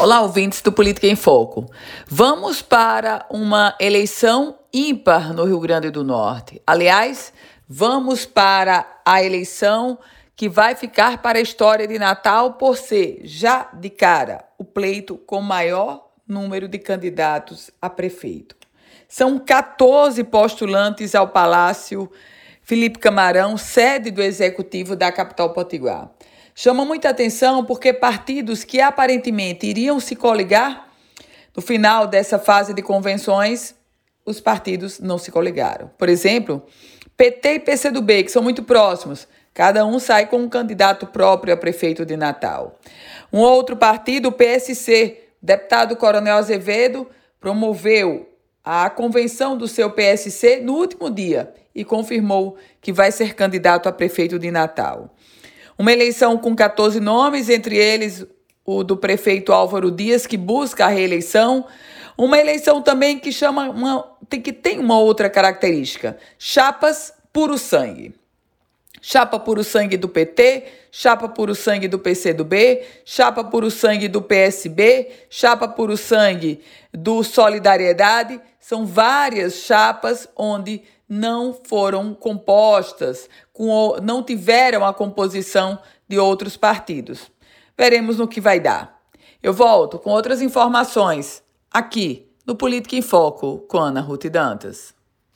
Olá, ouvintes do Política em Foco. Vamos para uma eleição ímpar no Rio Grande do Norte. Aliás, vamos para a eleição que vai ficar para a história de Natal por ser, já de cara, o pleito com maior número de candidatos a prefeito. São 14 postulantes ao Palácio Felipe Camarão, sede do Executivo da capital potiguar. Chama muita atenção porque partidos que aparentemente iriam se coligar, no final dessa fase de convenções, os partidos não se coligaram. Por exemplo, PT e PCdoB, que são muito próximos, cada um sai com um candidato próprio a prefeito de Natal. Um outro partido, o PSC, deputado Coronel Azevedo, promoveu a convenção do seu PSC no último dia e confirmou que vai ser candidato a prefeito de Natal. Uma eleição com 14 nomes, entre eles o do prefeito Álvaro Dias, que busca a reeleição. Uma eleição também que tem uma outra característica: chapas puro sangue. Chapa puro sangue do PT, chapa puro sangue do PCdoB, chapa puro sangue do PSB, chapa puro sangue do Solidariedade. São várias chapas onde não foram compostas, não tiveram a composição de outros partidos. Veremos no que vai dar. Eu volto com outras informações aqui no Política em Foco com Ana Ruth Dantas.